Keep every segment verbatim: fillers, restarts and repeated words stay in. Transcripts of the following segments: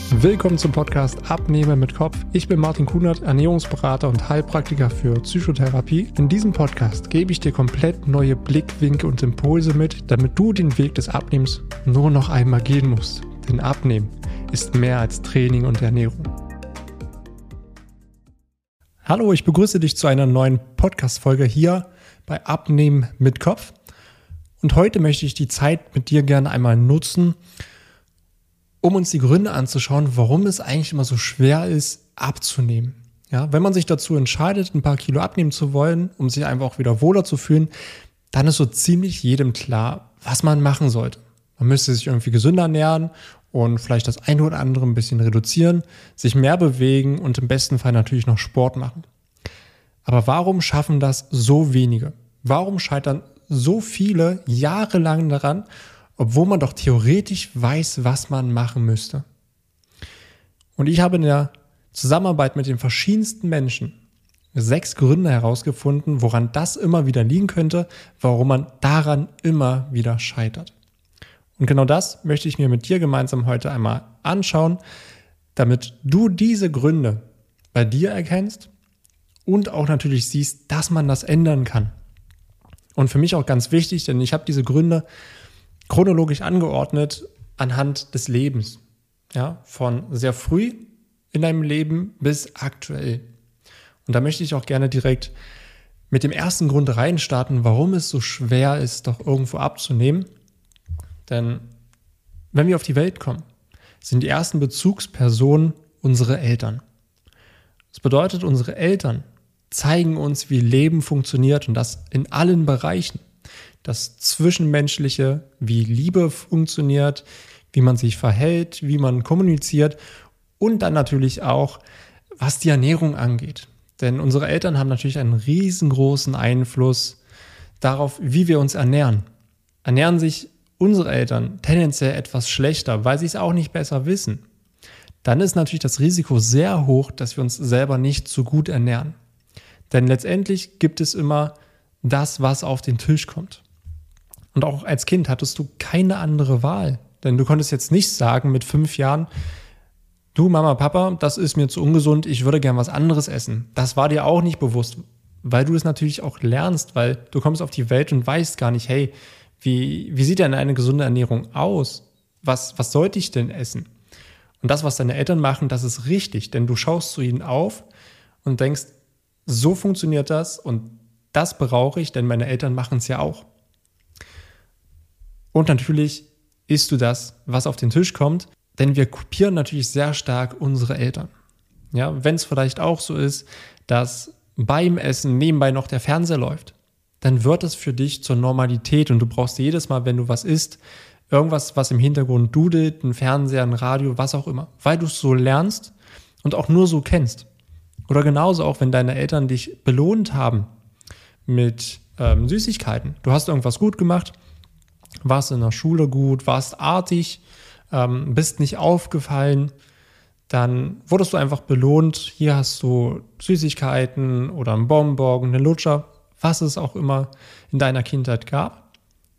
Willkommen zum Podcast Abnehmen mit Kopf. Ich bin Martin Kunert, Ernährungsberater und Heilpraktiker für Psychotherapie. In diesem Podcast gebe ich dir komplett neue Blickwinkel und Impulse mit, damit du den Weg des Abnehmens nur noch einmal gehen musst. Denn Abnehmen ist mehr als Training und Ernährung. Hallo, ich begrüße dich zu einer neuen Podcast-Folge hier bei Abnehmen mit Kopf. Und heute möchte ich die Zeit mit dir gerne einmal nutzen, um uns die Gründe anzuschauen, warum es eigentlich immer so schwer ist, abzunehmen. Ja, wenn man sich dazu entscheidet, ein paar Kilo abnehmen zu wollen, um sich einfach auch wieder wohler zu fühlen, dann ist so ziemlich jedem klar, was man machen sollte. Man müsste sich irgendwie gesünder ernähren und vielleicht das eine oder andere ein bisschen reduzieren, sich mehr bewegen und im besten Fall natürlich noch Sport machen. Aber warum schaffen das so wenige? Warum scheitern so viele jahrelang daran, obwohl man doch theoretisch weiß, was man machen müsste? Und ich habe in der Zusammenarbeit mit den verschiedensten Menschen sechs Gründe herausgefunden, woran das immer wieder liegen könnte, warum man daran immer wieder scheitert. Und genau das möchte ich mir mit dir gemeinsam heute einmal anschauen, damit du diese Gründe bei dir erkennst und auch natürlich siehst, dass man das ändern kann. Und für mich auch ganz wichtig, denn ich habe diese Gründe chronologisch angeordnet anhand des Lebens. Ja, von sehr früh in deinem Leben bis aktuell. Und da möchte ich auch gerne direkt mit dem ersten Grund reinstarten, warum es so schwer ist, doch irgendwo abzunehmen. Denn wenn wir auf die Welt kommen, sind die ersten Bezugspersonen unsere Eltern. Das bedeutet, unsere Eltern zeigen uns, wie Leben funktioniert und das in allen Bereichen. Das Zwischenmenschliche, wie Liebe funktioniert, wie man sich verhält, wie man kommuniziert und dann natürlich auch, was die Ernährung angeht. Denn unsere Eltern haben natürlich einen riesengroßen Einfluss darauf, wie wir uns ernähren. Ernähren sich unsere Eltern tendenziell etwas schlechter, weil sie es auch nicht besser wissen, dann ist natürlich das Risiko sehr hoch, dass wir uns selber nicht so gut ernähren. Denn letztendlich gibt es immer das, was auf den Tisch kommt. Und auch als Kind hattest du keine andere Wahl. Denn du konntest jetzt nicht sagen mit fünf Jahren, du Mama, Papa, das ist mir zu ungesund, ich würde gern was anderes essen. Das war dir auch nicht bewusst, weil du es natürlich auch lernst, weil du kommst auf die Welt und weißt gar nicht, hey, wie, wie sieht denn eine gesunde Ernährung aus? Was, was sollte ich denn essen? Und das, was deine Eltern machen, das ist richtig, denn du schaust zu ihnen auf und denkst, so funktioniert das und das brauche ich, denn meine Eltern machen es ja auch. Und natürlich isst du das, was auf den Tisch kommt, denn wir kopieren natürlich sehr stark unsere Eltern. Ja, wenn es vielleicht auch so ist, dass beim Essen nebenbei noch der Fernseher läuft, dann wird es für dich zur Normalität und du brauchst jedes Mal, wenn du was isst, irgendwas, was im Hintergrund dudelt, ein Fernseher, ein Radio, was auch immer, weil du es so lernst und auch nur so kennst. Oder genauso auch, wenn deine Eltern dich belohnt haben mit ähm, Süßigkeiten. Du hast irgendwas gut gemacht, warst in der Schule gut, warst artig, ähm, bist nicht aufgefallen, dann wurdest du einfach belohnt. Hier hast du Süßigkeiten oder einen Bonbon, einen Lutscher, was es auch immer in deiner Kindheit gab.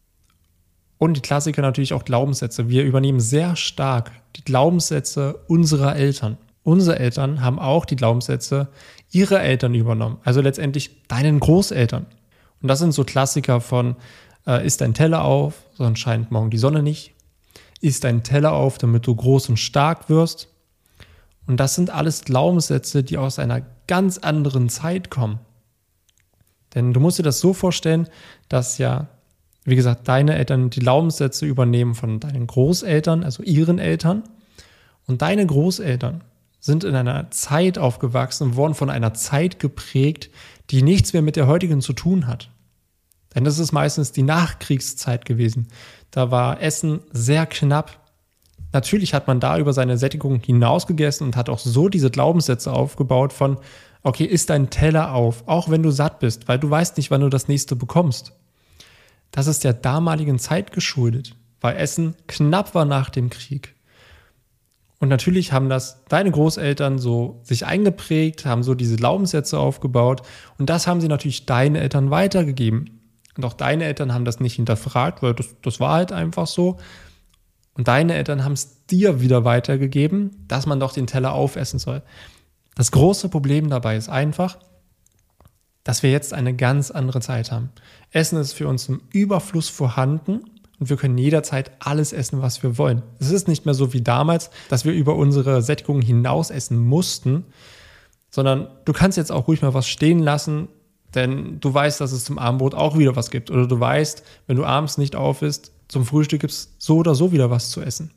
Und die Klassiker natürlich auch Glaubenssätze. Wir übernehmen sehr stark die Glaubenssätze unserer Eltern. Unsere Eltern haben auch die Glaubenssätze ihrer Eltern übernommen, also letztendlich deinen Großeltern. Und das sind so Klassiker von äh, isst dein Teller auf, sonst scheint morgen die Sonne nicht. Isst dein Teller auf, damit du groß und stark wirst. Und das sind alles Glaubenssätze, die aus einer ganz anderen Zeit kommen. Denn du musst dir das so vorstellen, dass ja, wie gesagt, deine Eltern die Glaubenssätze übernehmen von deinen Großeltern, also ihren Eltern. Und deine Großeltern sind in einer Zeit aufgewachsen und wurden von einer Zeit geprägt, die nichts mehr mit der heutigen zu tun hat. Denn das ist meistens die Nachkriegszeit gewesen. Da war Essen sehr knapp. Natürlich hat man da über seine Sättigung hinaus gegessen und hat auch so diese Glaubenssätze aufgebaut von, okay, isst deinen Teller auf, auch wenn du satt bist, weil du weißt nicht, wann du das nächste bekommst. Das ist der damaligen Zeit geschuldet, weil Essen knapp war nach dem Krieg. Und natürlich haben das deine Großeltern so sich eingeprägt, haben so diese Glaubenssätze aufgebaut und das haben sie natürlich deinen Eltern weitergegeben. Und auch deine Eltern haben das nicht hinterfragt, weil das, das war halt einfach so. Und deine Eltern haben es dir wieder weitergegeben, dass man doch den Teller aufessen soll. Das große Problem dabei ist einfach, dass wir jetzt eine ganz andere Zeit haben. Essen ist für uns im Überfluss vorhanden und wir können jederzeit alles essen, was wir wollen. Es ist nicht mehr so wie damals, dass wir über unsere Sättigung hinaus essen mussten, sondern du kannst jetzt auch ruhig mal was stehen lassen, denn du weißt, dass es zum Abendbrot auch wieder was gibt. Oder du weißt, wenn du abends nicht auf isst, zum Frühstück gibt es so oder so wieder was zu essen.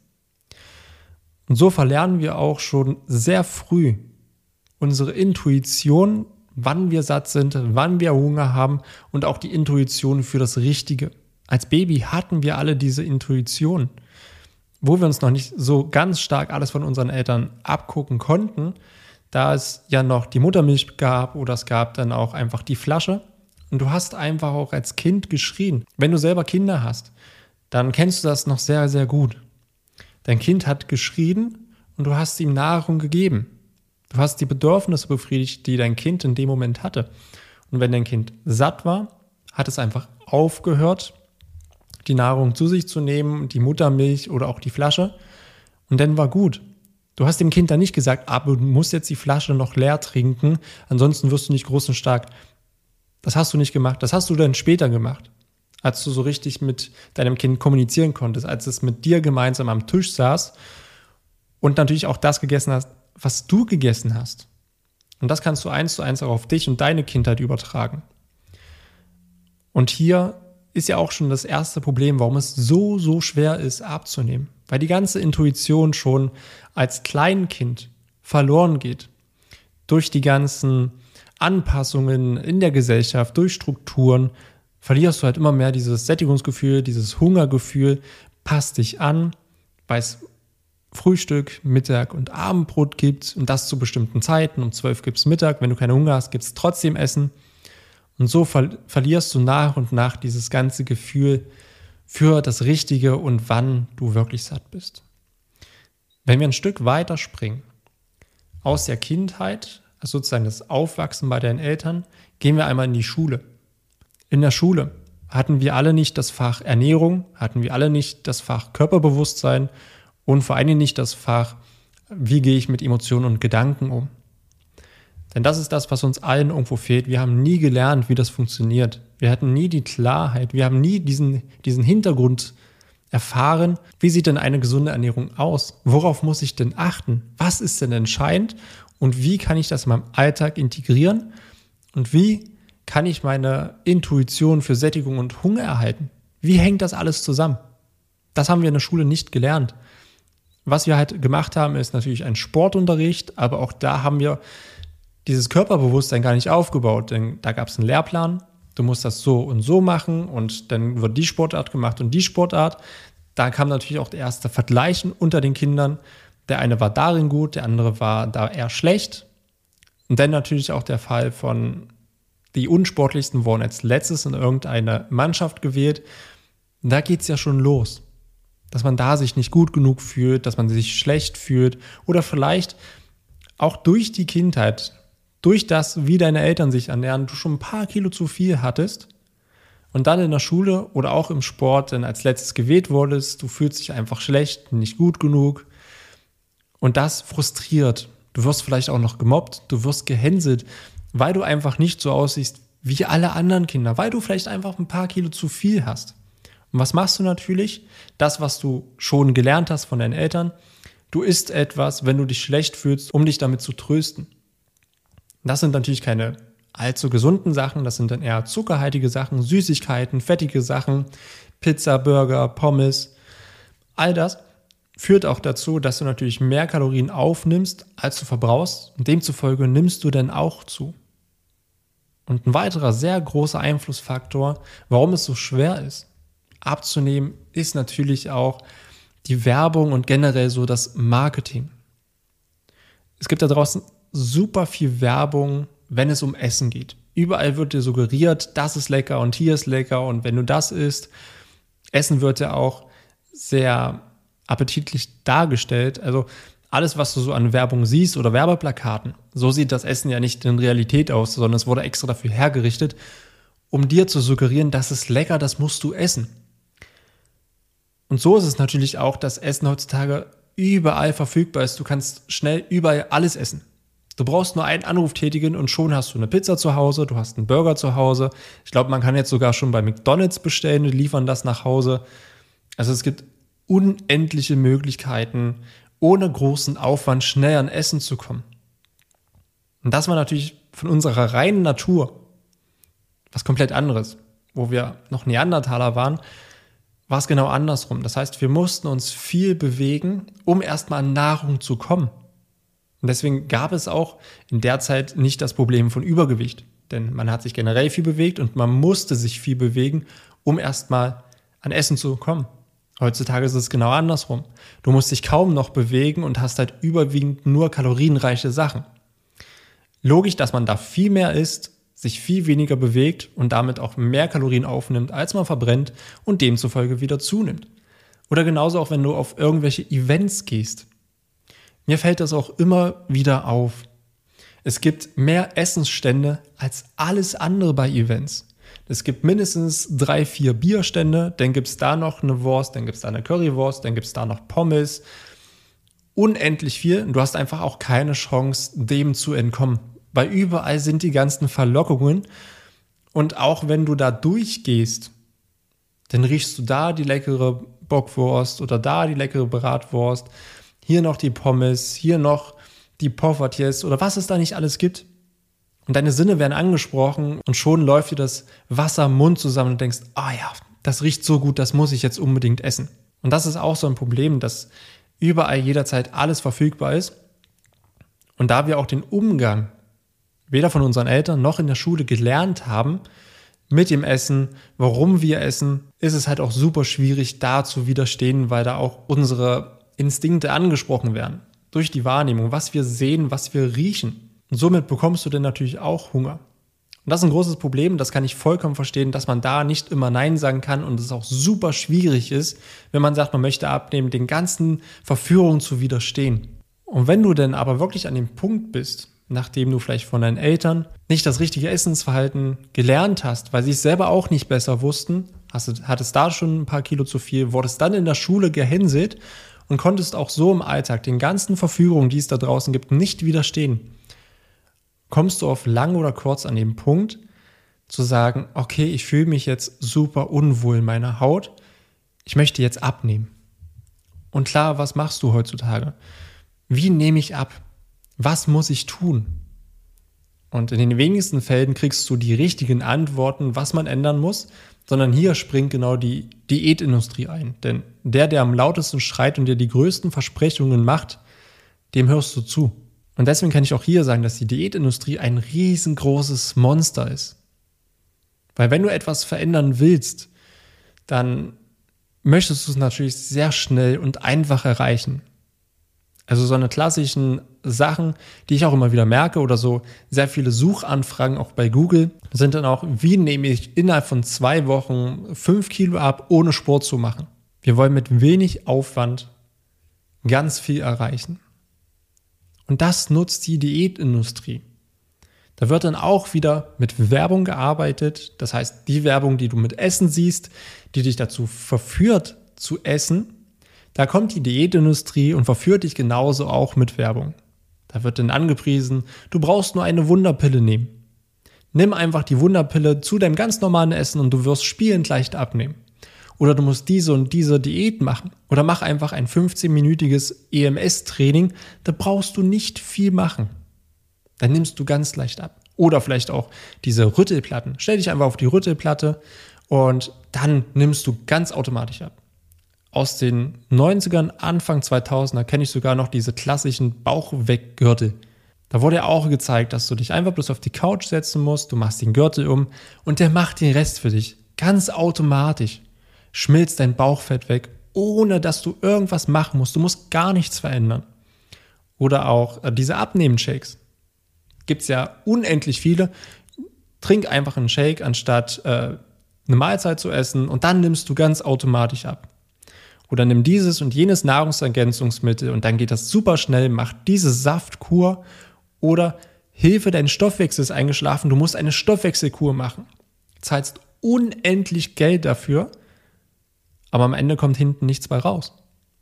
Und so verlernen wir auch schon sehr früh unsere Intuition, wann wir satt sind, wann wir Hunger haben und auch die Intuition für das Richtige. Als Baby hatten wir alle diese Intuition, wo wir uns noch nicht so ganz stark alles von unseren Eltern abgucken konnten, da es ja noch die Muttermilch gab oder es gab dann auch einfach die Flasche. Und du hast einfach auch als Kind geschrien. Wenn du selber Kinder hast, dann kennst du das noch sehr, sehr gut. Dein Kind hat geschrien und du hast ihm Nahrung gegeben. Du hast die Bedürfnisse befriedigt, die dein Kind in dem Moment hatte. Und wenn dein Kind satt war, hat es einfach aufgehört, die Nahrung zu sich zu nehmen, die Muttermilch oder auch die Flasche. Und dann war gut. Du hast dem Kind dann nicht gesagt, aber du musst jetzt die Flasche noch leer trinken, ansonsten wirst du nicht groß und stark. Das hast du nicht gemacht. Das hast du dann später gemacht, als du so richtig mit deinem Kind kommunizieren konntest, als es mit dir gemeinsam am Tisch saß und natürlich auch das gegessen hast, was du gegessen hast. Und das kannst du eins zu eins auch auf dich und deine Kindheit übertragen. Und hier ist ja auch schon das erste Problem, warum es so, so schwer ist, abzunehmen. Weil die ganze Intuition schon als Kleinkind verloren geht. Durch die ganzen Anpassungen in der Gesellschaft, durch Strukturen, verlierst du halt immer mehr dieses Sättigungsgefühl, dieses Hungergefühl. Passt dich an, weil es Frühstück, Mittag und Abendbrot gibt und das zu bestimmten Zeiten. Um zwölf gibt es Mittag, wenn du keinen Hunger hast, gibt es trotzdem Essen. Und so ver- verlierst du nach und nach dieses ganze Gefühl für das Richtige und wann du wirklich satt bist. Wenn wir ein Stück weiter springen, aus der Kindheit, also sozusagen das Aufwachsen bei deinen Eltern, gehen wir einmal in die Schule. In der Schule hatten wir alle nicht das Fach Ernährung, hatten wir alle nicht das Fach Körperbewusstsein und vor allen Dingen nicht das Fach, wie gehe ich mit Emotionen und Gedanken um. Denn das ist das, was uns allen irgendwo fehlt. Wir haben nie gelernt, wie das funktioniert. Wir hatten nie die Klarheit. Wir haben nie diesen, diesen Hintergrund erfahren. Wie sieht denn eine gesunde Ernährung aus? Worauf muss ich denn achten? Was ist denn entscheidend? Und wie kann ich das in meinem Alltag integrieren? Und wie kann ich meine Intuition für Sättigung und Hunger erhalten? Wie hängt das alles zusammen? Das haben wir in der Schule nicht gelernt. Was wir halt gemacht haben, ist natürlich ein Sportunterricht, aber auch da haben wir dieses Körperbewusstsein gar nicht aufgebaut, denn da gab es einen Lehrplan, du musst das so und so machen und dann wird die Sportart gemacht und die Sportart. Da kam natürlich auch der erste Vergleich unter den Kindern. Der eine war darin gut, der andere war da eher schlecht. Und dann natürlich auch der Fall von, die Unsportlichsten wurden als letztes in irgendeine Mannschaft gewählt. Und da geht es ja schon los, dass man da sich nicht gut genug fühlt, dass man sich schlecht fühlt oder vielleicht auch durch die Kindheit, durch das, wie deine Eltern sich ernähren, du schon ein paar Kilo zu viel hattest und dann in der Schule oder auch im Sport dann als letztes gewählt wurdest, du fühlst dich einfach schlecht, nicht gut genug und das frustriert. Du wirst vielleicht auch noch gemobbt, du wirst gehänselt, weil du einfach nicht so aussiehst wie alle anderen Kinder, weil du vielleicht einfach ein paar Kilo zu viel hast. Und was machst du natürlich? Das, was du schon gelernt hast von deinen Eltern, du isst etwas, wenn du dich schlecht fühlst, um dich damit zu trösten. Das sind natürlich keine allzu gesunden Sachen, das sind dann eher zuckerhaltige Sachen, Süßigkeiten, fettige Sachen, Pizza, Burger, Pommes. All das führt auch dazu, dass du natürlich mehr Kalorien aufnimmst, als du verbrauchst. Und demzufolge nimmst du dann auch zu. Und ein weiterer sehr großer Einflussfaktor, warum es so schwer ist, abzunehmen, ist natürlich auch die Werbung und generell so das Marketing. Es gibt da draußen super viel Werbung, wenn es um Essen geht. Überall wird dir suggeriert, das ist lecker und hier ist lecker und wenn du das isst, Essen wird ja auch sehr appetitlich dargestellt. Also alles, was du so an Werbung siehst oder Werbeplakaten, so sieht das Essen ja nicht in Realität aus, sondern es wurde extra dafür hergerichtet, um dir zu suggerieren, das ist lecker, das musst du essen. Und so ist es natürlich auch, dass Essen heutzutage überall verfügbar ist. Du kannst schnell überall alles essen. Du brauchst nur einen Anruf tätigen und schon hast du eine Pizza zu Hause, du hast einen Burger zu Hause. Ich glaube, man kann jetzt sogar schon bei McDonald's bestellen, die liefern das nach Hause. Also es gibt unendliche Möglichkeiten, ohne großen Aufwand schnell an Essen zu kommen. Und das war natürlich von unserer reinen Natur was komplett anderes. Wo wir noch Neandertaler waren, war es genau andersrum. Das heißt, wir mussten uns viel bewegen, um erstmal an Nahrung zu kommen. Und deswegen gab es auch in der Zeit nicht das Problem von Übergewicht. Denn man hat sich generell viel bewegt und man musste sich viel bewegen, um erstmal an Essen zu kommen. Heutzutage ist es genau andersrum. Du musst dich kaum noch bewegen und hast halt überwiegend nur kalorienreiche Sachen. Logisch, dass man da viel mehr isst, sich viel weniger bewegt und damit auch mehr Kalorien aufnimmt, als man verbrennt und demzufolge wieder zunimmt. Oder genauso auch, wenn du auf irgendwelche Events gehst. Mir fällt das auch immer wieder auf. Es gibt mehr Essensstände als alles andere bei Events. Es gibt mindestens drei, vier Bierstände, dann gibt es da noch eine Wurst, dann gibt es da eine Currywurst, dann gibt es da noch Pommes. Unendlich viel. Du hast einfach auch keine Chance, dem zu entkommen. Weil überall sind die ganzen Verlockungen. Und auch wenn du da durchgehst, dann riechst du da die leckere Bockwurst oder da die leckere Bratwurst. Hier noch die Pommes, hier noch die Poffertjes oder was es da nicht alles gibt. Und deine Sinne werden angesprochen und schon läuft dir das Wasser im Mund zusammen und denkst, ah ja, das riecht so gut, das muss ich jetzt unbedingt essen. Und das ist auch so ein Problem, dass überall jederzeit alles verfügbar ist. Und da wir auch den Umgang weder von unseren Eltern noch in der Schule gelernt haben mit dem Essen, warum wir essen, ist es halt auch super schwierig, da zu widerstehen, weil da auch unsere Instinkte angesprochen werden. Durch die Wahrnehmung, was wir sehen, was wir riechen. Und somit bekommst du dann natürlich auch Hunger. Und das ist ein großes Problem, das kann ich vollkommen verstehen, dass man da nicht immer Nein sagen kann und es auch super schwierig ist, wenn man sagt, man möchte abnehmen, den ganzen Verführungen zu widerstehen. Und wenn du denn aber wirklich an dem Punkt bist, nachdem du vielleicht von deinen Eltern nicht das richtige Essensverhalten gelernt hast, weil sie es selber auch nicht besser wussten, hast du, hattest da schon ein paar Kilo zu viel, wurdest dann in der Schule gehänselt und konntest auch so im Alltag den ganzen Verführungen, die es da draußen gibt, nicht widerstehen, kommst du auf lang oder kurz an den Punkt, zu sagen, okay, ich fühle mich jetzt super unwohl in meiner Haut, ich möchte jetzt abnehmen. Und klar, was machst du heutzutage? Wie nehme ich ab? Was muss ich tun? Und in den wenigsten Fällen kriegst du die richtigen Antworten, was man ändern muss, sondern hier springt genau die Diätindustrie ein. Denn der, der am lautesten schreit und dir die größten Versprechungen macht, dem hörst du zu. Und deswegen kann ich auch hier sagen, dass die Diätindustrie ein riesengroßes Monster ist. Weil wenn du etwas verändern willst, dann möchtest du es natürlich sehr schnell und einfach erreichen. Also so eine klassischen Sachen, die ich auch immer wieder merke oder so sehr viele Suchanfragen auch bei Google, sind dann auch, wie nehme ich innerhalb von zwei Wochen fünf Kilo ab, ohne Sport zu machen. Wir wollen mit wenig Aufwand ganz viel erreichen. Und das nutzt die Diätindustrie. Da wird dann auch wieder mit Werbung gearbeitet. Das heißt, die Werbung, die du mit Essen siehst, die dich dazu verführt zu essen, da kommt die Diätindustrie und verführt dich genauso auch mit Werbung. Da wird dann angepriesen, du brauchst nur eine Wunderpille nehmen. Nimm einfach die Wunderpille zu deinem ganz normalen Essen und du wirst spielend leicht abnehmen. Oder du musst diese und diese Diät machen. Oder mach einfach ein fünfzehnminütiges E M S-Training. Da brauchst du nicht viel machen. Dann nimmst du ganz leicht ab. Oder vielleicht auch diese Rüttelplatten. Stell dich einfach auf die Rüttelplatte und dann nimmst du ganz automatisch ab. Aus den neunzigern, Anfang zweitausender kenne ich sogar noch diese klassischen Bauchweggürtel. Da wurde ja auch gezeigt, dass du dich einfach bloß auf die Couch setzen musst, du machst den Gürtel um und der macht den Rest für dich. Ganz automatisch. Schmilzt dein Bauchfett weg, ohne dass du irgendwas machen musst. Du musst gar nichts verändern. Oder auch äh, diese Abnehmen-Shakes. Gibt es ja unendlich viele. Trink einfach einen Shake, anstatt äh, eine Mahlzeit zu essen und dann nimmst du ganz automatisch ab. Oder nimm dieses und jenes Nahrungsergänzungsmittel und dann geht das super schnell, mach diese Saftkur oder Hilfe, dein Stoffwechsel ist eingeschlafen, du musst eine Stoffwechselkur machen. Zahlst unendlich Geld dafür, aber am Ende kommt hinten nichts bei raus.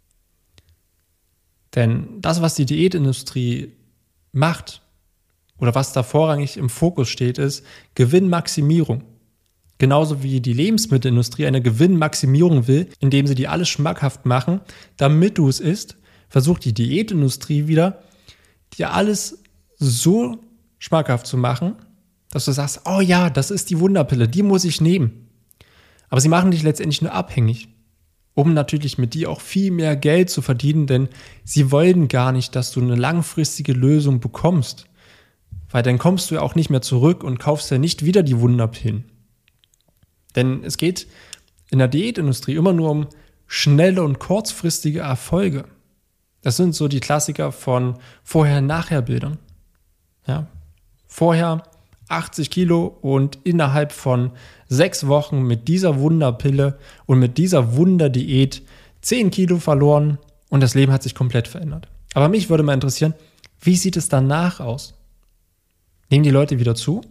Denn das, was die Diätindustrie macht oder was da vorrangig im Fokus steht, ist Gewinnmaximierung. Genauso wie die Lebensmittelindustrie eine Gewinnmaximierung will, indem sie dir alles schmackhaft machen, damit du es isst, versucht die Diätindustrie wieder, dir alles so schmackhaft zu machen, dass du sagst, oh ja, das ist die Wunderpille, die muss ich nehmen. Aber sie machen dich letztendlich nur abhängig, um natürlich mit dir auch viel mehr Geld zu verdienen, denn sie wollen gar nicht, dass du eine langfristige Lösung bekommst, weil dann kommst du ja auch nicht mehr zurück und kaufst ja nicht wieder die Wunderpillen. Denn es geht in der Diätindustrie immer nur um schnelle und kurzfristige Erfolge. Das sind so die Klassiker von Vorher-Nachher-Bildern. Ja, vorher achtzig Kilo und innerhalb von sechs Wochen mit dieser Wunderpille und mit dieser Wunderdiät zehn Kilo verloren und das Leben hat sich komplett verändert. Aber mich würde mal interessieren, wie sieht es danach aus? Nehmen die Leute wieder zu?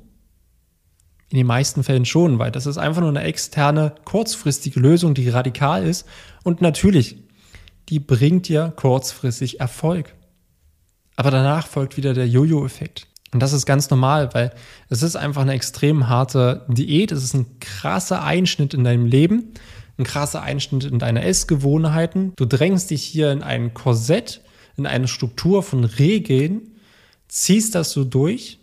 In den meisten Fällen schon, weil das ist einfach nur eine externe, kurzfristige Lösung, die radikal ist und natürlich, die bringt dir kurzfristig Erfolg. Aber danach folgt wieder der Jojo-Effekt. Und das ist ganz normal, weil es ist einfach eine extrem harte Diät, es ist ein krasser Einschnitt in deinem Leben, ein krasser Einschnitt in deine Essgewohnheiten. Du drängst dich hier in ein Korsett, in eine Struktur von Regeln, ziehst das so durch,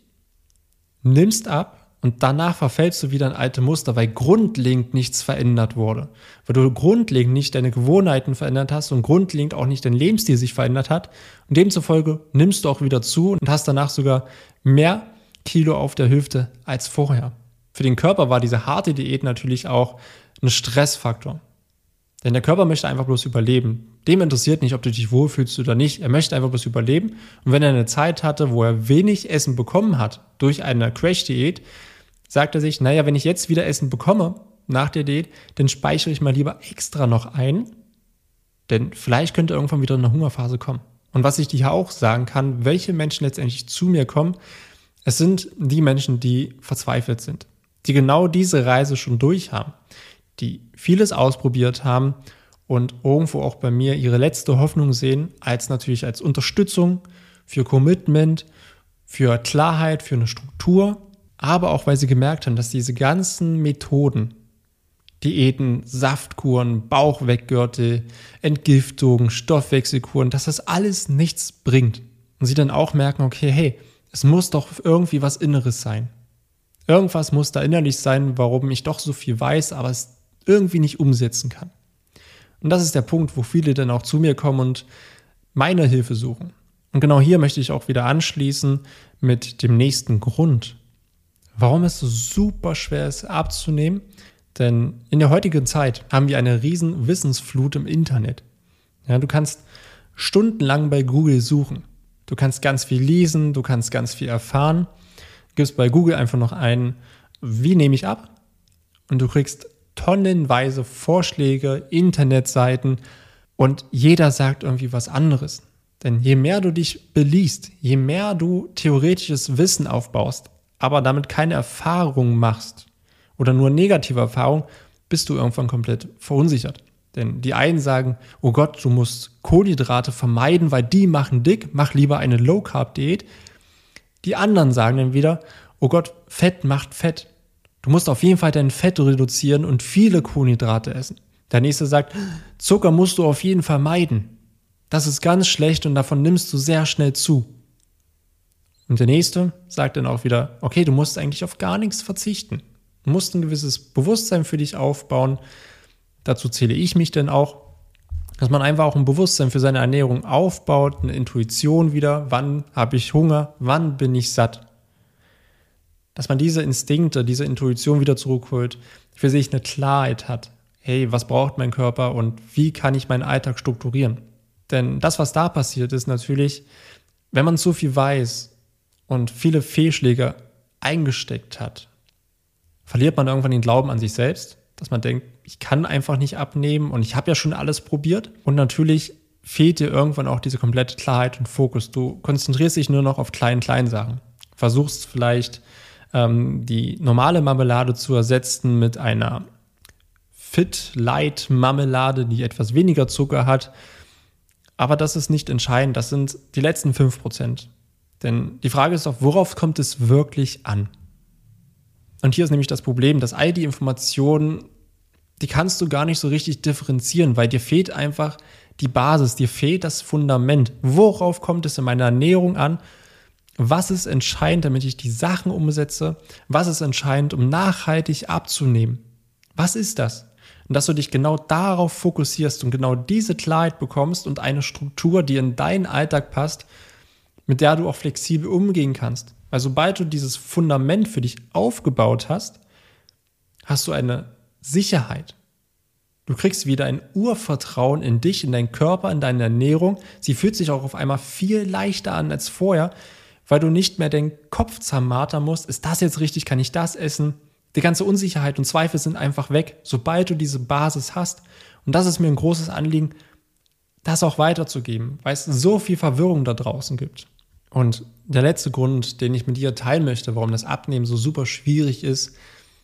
nimmst ab, und danach verfällst du wieder in alte Muster, weil grundlegend nichts verändert wurde. Weil du grundlegend nicht deine Gewohnheiten verändert hast und grundlegend auch nicht dein Lebensstil sich verändert hat. Und demzufolge nimmst du auch wieder zu und hast danach sogar mehr Kilo auf der Hüfte als vorher. Für den Körper war diese harte Diät natürlich auch ein Stressfaktor. Denn der Körper möchte einfach bloß überleben. Dem interessiert nicht, ob du dich wohlfühlst oder nicht. Er möchte einfach bloß überleben. Und wenn er eine Zeit hatte, wo er wenig Essen bekommen hat durch eine Crash-Diät, sagt er sich, naja, wenn ich jetzt wieder Essen bekomme nach der Diät, dann speichere ich mal lieber extra noch ein, denn vielleicht könnte irgendwann wieder eine Hungerphase kommen. Und was ich dir auch sagen kann, welche Menschen letztendlich zu mir kommen, es sind die Menschen, die verzweifelt sind, die genau diese Reise schon durch haben, die vieles ausprobiert haben und irgendwo auch bei mir ihre letzte Hoffnung sehen, als natürlich als Unterstützung für Commitment, für Klarheit, für eine Struktur, aber auch, weil sie gemerkt haben, dass diese ganzen Methoden, Diäten, Saftkuren, Bauchweggürtel, Entgiftung, Stoffwechselkuren, dass das alles nichts bringt. Und sie dann auch merken, okay, hey, es muss doch irgendwie was Inneres sein. Irgendwas muss da innerlich sein, warum ich doch so viel weiß, aber es irgendwie nicht umsetzen kann. Und das ist der Punkt, wo viele dann auch zu mir kommen und meine Hilfe suchen. Und genau hier möchte ich auch wieder anschließen mit dem nächsten Grund, warum es so super schwer ist abzunehmen. Denn in der heutigen Zeit haben wir eine riesen Wissensflut im Internet. Ja, du kannst stundenlang bei Google suchen. Du kannst ganz viel lesen, du kannst ganz viel erfahren. Du gibst bei Google einfach noch ein, wie nehme ich ab? Und du kriegst tonnenweise Vorschläge, Internetseiten und jeder sagt irgendwie was anderes. Denn je mehr du dich beliest, je mehr du theoretisches Wissen aufbaust, aber damit keine Erfahrung machst oder nur negative Erfahrung, bist du irgendwann komplett verunsichert. Denn die einen sagen, oh Gott, du musst Kohlenhydrate vermeiden, weil die machen dick, mach lieber eine Low-Carb-Diät. Die anderen sagen dann wieder, oh Gott, Fett macht Fett. Du musst auf jeden Fall dein Fett reduzieren und viele Kohlenhydrate essen. Der nächste sagt, Zucker musst du auf jeden Fall meiden. Das ist ganz schlecht und davon nimmst du sehr schnell zu. Und der nächste sagt dann auch wieder, okay, du musst eigentlich auf gar nichts verzichten. Du musst ein gewisses Bewusstsein für dich aufbauen. Dazu zähle ich mich dann auch, dass man einfach auch ein Bewusstsein für seine Ernährung aufbaut, eine Intuition wieder, wann habe ich Hunger, wann bin ich satt. Dass man diese Instinkte, diese Intuition wieder zurückholt, für sich eine Klarheit hat. Hey, was braucht mein Körper und wie kann ich meinen Alltag strukturieren? Denn das, was da passiert, ist natürlich, wenn man zu viel weiß und viele Fehlschläge eingesteckt hat, verliert man irgendwann den Glauben an sich selbst, dass man denkt, ich kann einfach nicht abnehmen und ich habe ja schon alles probiert. Und natürlich fehlt dir irgendwann auch diese komplette Klarheit und Fokus. Du konzentrierst dich nur noch auf kleinen, kleinen Sachen. Versuchst vielleicht ähm, die normale Marmelade zu ersetzen mit einer Fit-Light-Marmelade, die etwas weniger Zucker hat. Aber das ist nicht entscheidend, das sind die letzten fünf Prozent. Denn die Frage ist doch, worauf kommt es wirklich an? Und hier ist nämlich das Problem, dass all die Informationen, die kannst du gar nicht so richtig differenzieren, weil dir fehlt einfach die Basis, dir fehlt das Fundament. Worauf kommt es in meiner Ernährung an? Was ist entscheidend, damit ich die Sachen umsetze? Was ist entscheidend, um nachhaltig abzunehmen? Was ist das? Und dass du dich genau darauf fokussierst und genau diese Klarheit bekommst und eine Struktur, die in deinen Alltag passt, mit der du auch flexibel umgehen kannst. Weil sobald du dieses Fundament für dich aufgebaut hast, hast du eine Sicherheit. Du kriegst wieder ein Urvertrauen in dich, in deinen Körper, in deine Ernährung. Sie fühlt sich auch auf einmal viel leichter an als vorher, weil du nicht mehr den Kopf zermartern musst. Ist das jetzt richtig? Kann ich das essen? Die ganze Unsicherheit und Zweifel sind einfach weg, sobald du diese Basis hast. Und das ist mir ein großes Anliegen, das auch weiterzugeben, weil es so viel Verwirrung da draußen gibt. Und der letzte Grund, den ich mit dir teilen möchte, warum das Abnehmen so super schwierig ist,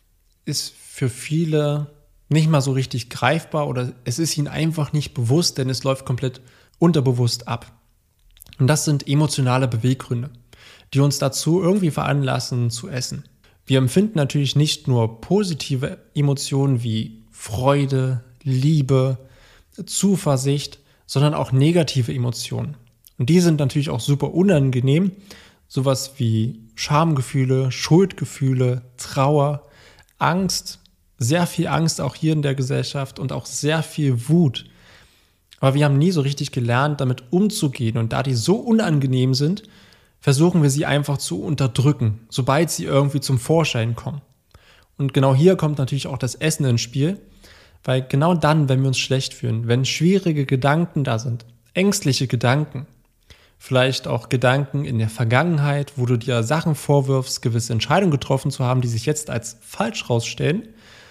ist für viele nicht mal so richtig greifbar oder es ist ihnen einfach nicht bewusst, denn es läuft komplett unterbewusst ab. Und das sind emotionale Beweggründe, die uns dazu irgendwie veranlassen zu essen. Wir empfinden natürlich nicht nur positive Emotionen wie Freude, Liebe, Zuversicht, sondern auch negative Emotionen. Und die sind natürlich auch super unangenehm. Sowas wie Schamgefühle, Schuldgefühle, Trauer, Angst, sehr viel Angst auch hier in der Gesellschaft und auch sehr viel Wut. Aber wir haben nie so richtig gelernt, damit umzugehen. Und da die so unangenehm sind, versuchen wir sie einfach zu unterdrücken, sobald sie irgendwie zum Vorschein kommen. Und genau hier kommt natürlich auch das Essen ins Spiel, weil genau dann, wenn wir uns schlecht fühlen, wenn schwierige Gedanken da sind, ängstliche Gedanken, vielleicht auch Gedanken in der Vergangenheit, wo du dir Sachen vorwirfst, gewisse Entscheidungen getroffen zu haben, die sich jetzt als falsch rausstellen,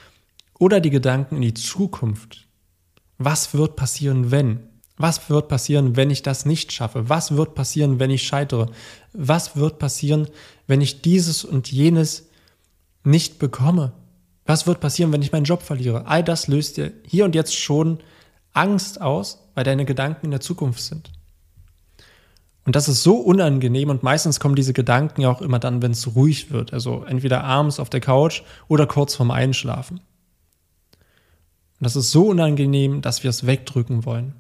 oder die Gedanken in die Zukunft. Was wird passieren, wenn? Was wird passieren, wenn ich das nicht schaffe? Was wird passieren, wenn ich scheitere? Was wird passieren, wenn ich dieses und jenes nicht bekomme? Was wird passieren, wenn ich meinen Job verliere? All das löst dir hier und jetzt schon Angst aus, weil deine Gedanken in der Zukunft sind. Und das ist so unangenehm und meistens kommen diese Gedanken ja auch immer dann, wenn es ruhig wird. Also entweder abends auf der Couch oder kurz vorm Einschlafen. Und das ist so unangenehm, dass wir es wegdrücken wollen.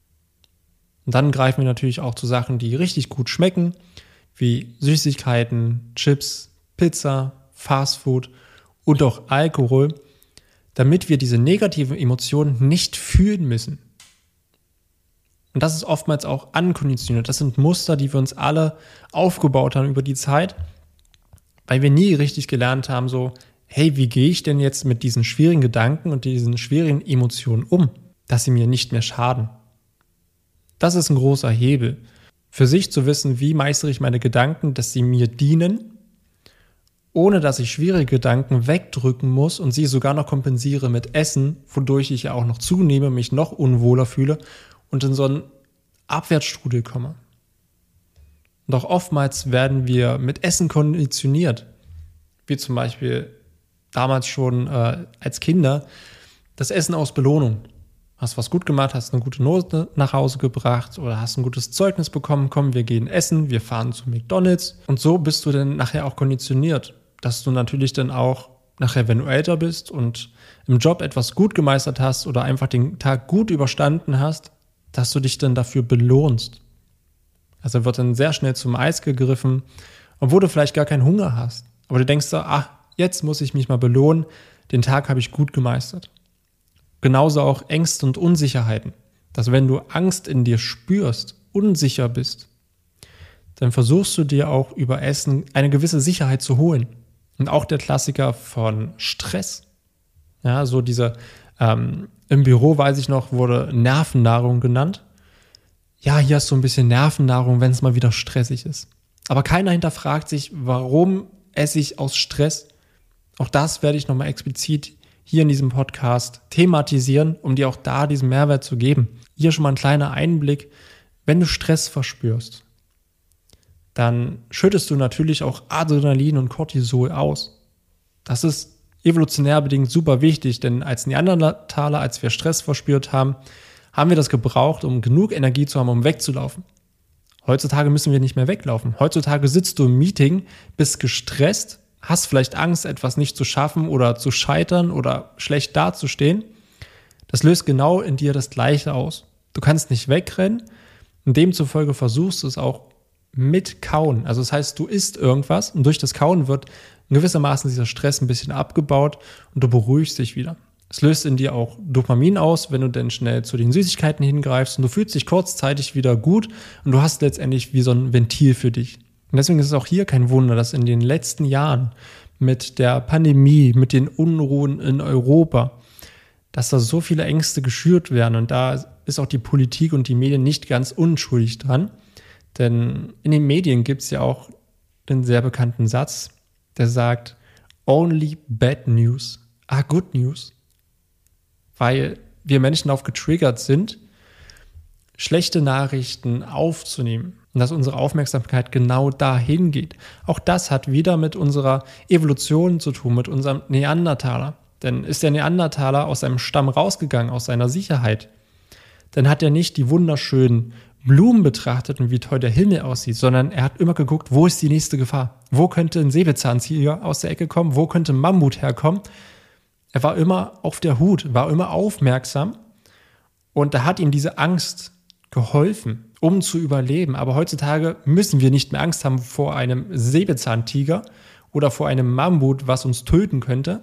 Und dann greifen wir natürlich auch zu Sachen, die richtig gut schmecken, wie Süßigkeiten, Chips, Pizza, Fastfood und auch Alkohol, damit wir diese negativen Emotionen nicht fühlen müssen. Und das ist oftmals auch ankonditioniert. Das sind Muster, die wir uns alle aufgebaut haben über die Zeit, weil wir nie richtig gelernt haben, so, hey, wie gehe ich denn jetzt mit diesen schwierigen Gedanken und diesen schwierigen Emotionen um, dass sie mir nicht mehr schaden? Das ist ein großer Hebel. Für sich zu wissen, wie meistere ich meine Gedanken, dass sie mir dienen, ohne dass ich schwierige Gedanken wegdrücken muss und sie sogar noch kompensiere mit Essen, wodurch ich ja auch noch zunehme, mich noch unwohler fühle und in so einen Abwärtsstrudel komme. Und auch oftmals werden wir mit Essen konditioniert, wie zum Beispiel damals schon äh, als Kinder, das Essen aus Belohnung. Hast was gut gemacht, hast eine gute Note nach Hause gebracht oder hast ein gutes Zeugnis bekommen, komm, wir gehen essen, wir fahren zu McDonald's. Und so bist du dann nachher auch konditioniert, dass du natürlich dann auch nachher, wenn du älter bist und im Job etwas gut gemeistert hast oder einfach den Tag gut überstanden hast, dass du dich dann dafür belohnst. Also wird dann sehr schnell zum Eis gegriffen, obwohl du vielleicht gar keinen Hunger hast. Aber du denkst so, ach, jetzt muss ich mich mal belohnen, den Tag habe ich gut gemeistert. Genauso auch Ängste und Unsicherheiten. Dass wenn du Angst in dir spürst, unsicher bist, dann versuchst du dir auch über Essen eine gewisse Sicherheit zu holen. Und auch der Klassiker von Stress. Ja, so diese, ähm, im Büro, weiß ich noch, wurde Nervennahrung genannt. Ja, hier hast du ein bisschen Nervennahrung, wenn es mal wieder stressig ist. Aber keiner hinterfragt sich, warum esse ich aus Stress? Auch das werde ich nochmal explizit hier in diesem Podcast thematisieren, um dir auch da diesen Mehrwert zu geben. Hier schon mal ein kleiner Einblick. Wenn du Stress verspürst, dann schüttest du natürlich auch Adrenalin und Cortisol aus. Das ist evolutionär bedingt super wichtig, denn als Neandertaler, als wir Stress verspürt haben, haben wir das gebraucht, um genug Energie zu haben, um wegzulaufen. Heutzutage müssen wir nicht mehr weglaufen. Heutzutage sitzt du im Meeting, bist gestresst, hast vielleicht Angst, etwas nicht zu schaffen oder zu scheitern oder schlecht dazustehen. Das löst genau in dir das Gleiche aus. Du kannst nicht wegrennen und demzufolge versuchst du es auch mit Kauen. Also das heißt, du isst irgendwas und durch das Kauen wird in gewissermaßen dieser Stress ein bisschen abgebaut und du beruhigst dich wieder. Es löst in dir auch Dopamin aus, wenn du dann schnell zu den Süßigkeiten hingreifst und du fühlst dich kurzzeitig wieder gut und du hast letztendlich wie so ein Ventil für dich. Und deswegen ist es auch hier kein Wunder, dass in den letzten Jahren mit der Pandemie, mit den Unruhen in Europa, dass da so viele Ängste geschürt werden. Und da ist auch die Politik und die Medien nicht ganz unschuldig dran. Denn in den Medien gibt es ja auch den sehr bekannten Satz, der sagt, only bad news are good news. Weil wir Menschen darauf getriggert sind, schlechte Nachrichten aufzunehmen und dass unsere Aufmerksamkeit genau dahin geht. Auch das hat wieder mit unserer Evolution zu tun, mit unserem Neandertaler. Denn ist der Neandertaler aus seinem Stamm rausgegangen, aus seiner Sicherheit, dann hat er nicht die wunderschönen Blumen betrachtet und wie toll der Himmel aussieht, sondern er hat immer geguckt, wo ist die nächste Gefahr? Wo könnte ein Säbelzahntiger aus der Ecke kommen? Wo könnte ein Mammut herkommen? Er war immer auf der Hut, war immer aufmerksam und da hat ihm diese Angst geholfen, um zu überleben. Aber heutzutage müssen wir nicht mehr Angst haben vor einem Säbelzahntiger oder vor einem Mammut, was uns töten könnte.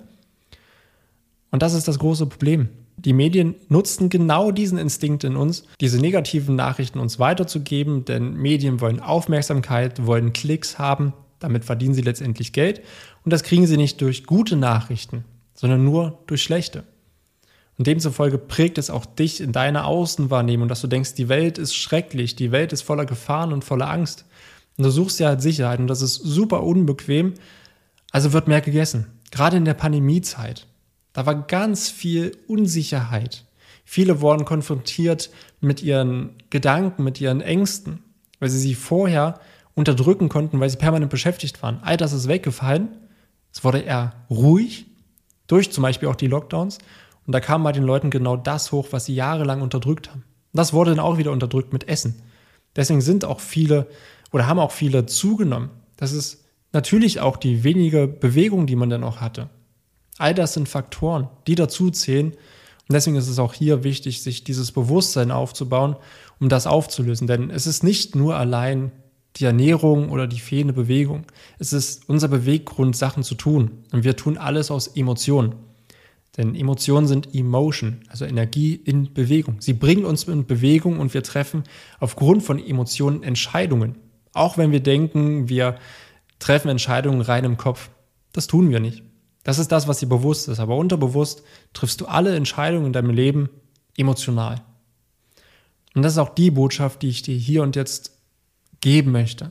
Und das ist das große Problem. Die Medien nutzen genau diesen Instinkt in uns, diese negativen Nachrichten uns weiterzugeben, denn Medien wollen Aufmerksamkeit, wollen Klicks haben, damit verdienen sie letztendlich Geld und das kriegen sie nicht durch gute Nachrichten, sondern nur durch schlechte. Und demzufolge prägt es auch dich in deiner Außenwahrnehmung, dass du denkst, die Welt ist schrecklich, die Welt ist voller Gefahren und voller Angst. Und du suchst ja halt Sicherheit und das ist super unbequem, also wird mehr gegessen. Gerade in der Pandemiezeit, da war ganz viel Unsicherheit. Viele wurden konfrontiert mit ihren Gedanken, mit ihren Ängsten, weil sie sie vorher unterdrücken konnten, weil sie permanent beschäftigt waren. All das ist weggefallen. Es wurde eher ruhig, durch zum Beispiel auch die Lockdowns. Und da kam bei den Leuten genau das hoch, was sie jahrelang unterdrückt haben. Und das wurde dann auch wieder unterdrückt mit Essen. Deswegen sind auch viele oder haben auch viele zugenommen. Das ist natürlich auch die wenige Bewegung, die man dann auch hatte. All das sind Faktoren, die dazu zählen. Und deswegen ist es auch hier wichtig, sich dieses Bewusstsein aufzubauen, um das aufzulösen. Denn es ist nicht nur allein die Ernährung oder die fehlende Bewegung. Es ist unser Beweggrund, Sachen zu tun. Und wir tun alles aus Emotionen. Denn Emotionen sind Emotion, also Energie in Bewegung. Sie bringen uns in Bewegung und wir treffen aufgrund von Emotionen Entscheidungen. Auch wenn wir denken, wir treffen Entscheidungen rein im Kopf. Das tun wir nicht. Das ist das, was dir bewusst ist. Aber unterbewusst triffst du alle Entscheidungen in deinem Leben emotional. Und das ist auch die Botschaft, die ich dir hier und jetzt geben möchte.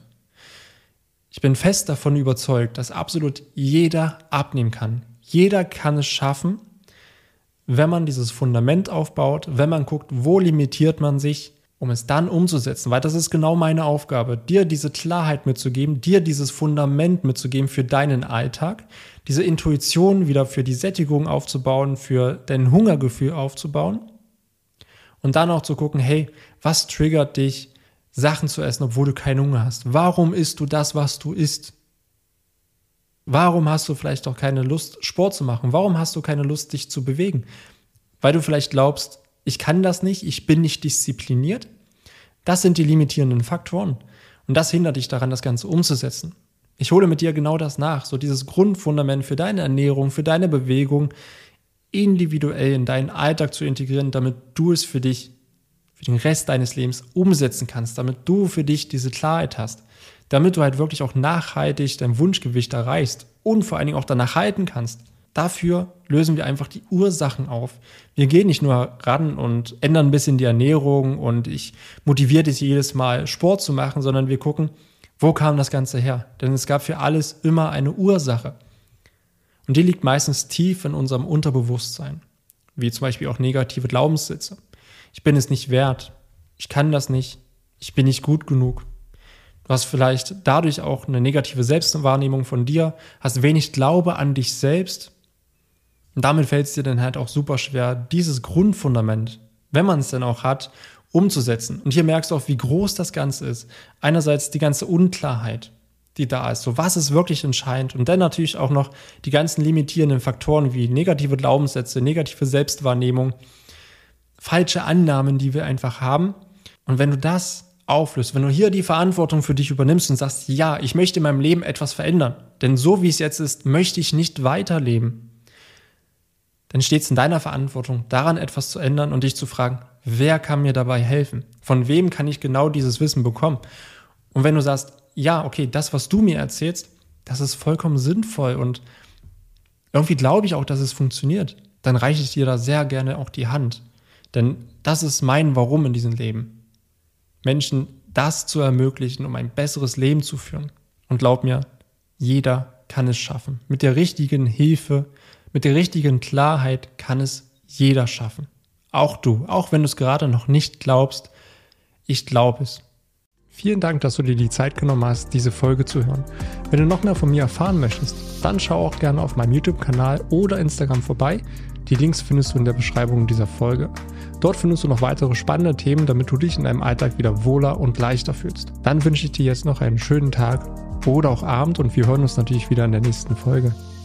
Ich bin fest davon überzeugt, dass absolut jeder abnehmen kann. Jeder kann es schaffen, wenn man dieses Fundament aufbaut, wenn man guckt, wo limitiert man sich, um es dann umzusetzen. Weil das ist genau meine Aufgabe, dir diese Klarheit mitzugeben, dir dieses Fundament mitzugeben für deinen Alltag, diese Intuition wieder für die Sättigung aufzubauen, für dein Hungergefühl aufzubauen und dann auch zu gucken, hey, was triggert dich, Sachen zu essen, obwohl du keinen Hunger hast? Warum isst du das, was du isst? Warum hast du vielleicht auch keine Lust, Sport zu machen? Warum hast du keine Lust, dich zu bewegen? Weil du vielleicht glaubst, ich kann das nicht, ich bin nicht diszipliniert. Das sind die limitierenden Faktoren. Und das hindert dich daran, das Ganze umzusetzen. Ich hole mit dir genau das nach, so dieses Grundfundament für deine Ernährung, für deine Bewegung, individuell in deinen Alltag zu integrieren, damit du es für dich, für den Rest deines Lebens umsetzen kannst, damit du für dich diese Klarheit hast, damit du halt wirklich auch nachhaltig dein Wunschgewicht erreichst und vor allen Dingen auch danach halten kannst. Dafür lösen wir einfach die Ursachen auf. Wir gehen nicht nur ran und ändern ein bisschen die Ernährung und ich motiviere dich jedes Mal, Sport zu machen, sondern wir gucken, wo kam das Ganze her? Denn es gab für alles immer eine Ursache. Und die liegt meistens tief in unserem Unterbewusstsein, wie zum Beispiel auch negative Glaubenssätze. Ich bin es nicht wert, ich kann das nicht, ich bin nicht gut genug. Du hast vielleicht dadurch auch eine negative Selbstwahrnehmung von dir, hast wenig Glaube an dich selbst Und damit fällt es dir dann halt auch super schwer, dieses Grundfundament, wenn man es dann auch hat, umzusetzen. Und hier merkst du auch, wie groß das Ganze ist. Einerseits die ganze Unklarheit, die da ist. So, was ist wirklich entscheidend? Und dann natürlich auch noch die ganzen limitierenden Faktoren wie negative Glaubenssätze, negative Selbstwahrnehmung, falsche Annahmen, die wir einfach haben. Und wenn du das auflöst, wenn du hier die Verantwortung für dich übernimmst und sagst, ja, ich möchte in meinem Leben etwas verändern, denn so wie es jetzt ist, möchte ich nicht weiterleben, dann steht es in deiner Verantwortung, daran etwas zu ändern und dich zu fragen, wer kann mir dabei helfen? Von wem kann ich genau dieses Wissen bekommen? Und wenn du sagst, ja, okay, das, was du mir erzählst, das ist vollkommen sinnvoll und irgendwie glaube ich auch, dass es funktioniert, dann reiche ich dir da sehr gerne auch die Hand. Denn das ist mein Warum in diesem Leben. Menschen das zu ermöglichen, um ein besseres Leben zu führen. Und glaub mir, jeder kann es schaffen. Mit der richtigen Hilfe, mit der richtigen Klarheit kann es jeder schaffen. Auch du, auch wenn du es gerade noch nicht glaubst, ich glaube es. Vielen Dank, dass du dir die Zeit genommen hast, diese Folge zu hören. Wenn du noch mehr von mir erfahren möchtest, dann schau auch gerne auf meinem YouTube-Kanal oder Instagram vorbei. Die Links findest du in der Beschreibung dieser Folge. Dort findest du noch weitere spannende Themen, damit du dich in deinem Alltag wieder wohler und leichter fühlst. Dann wünsche ich dir jetzt noch einen schönen Tag oder auch Abend und wir hören uns natürlich wieder in der nächsten Folge.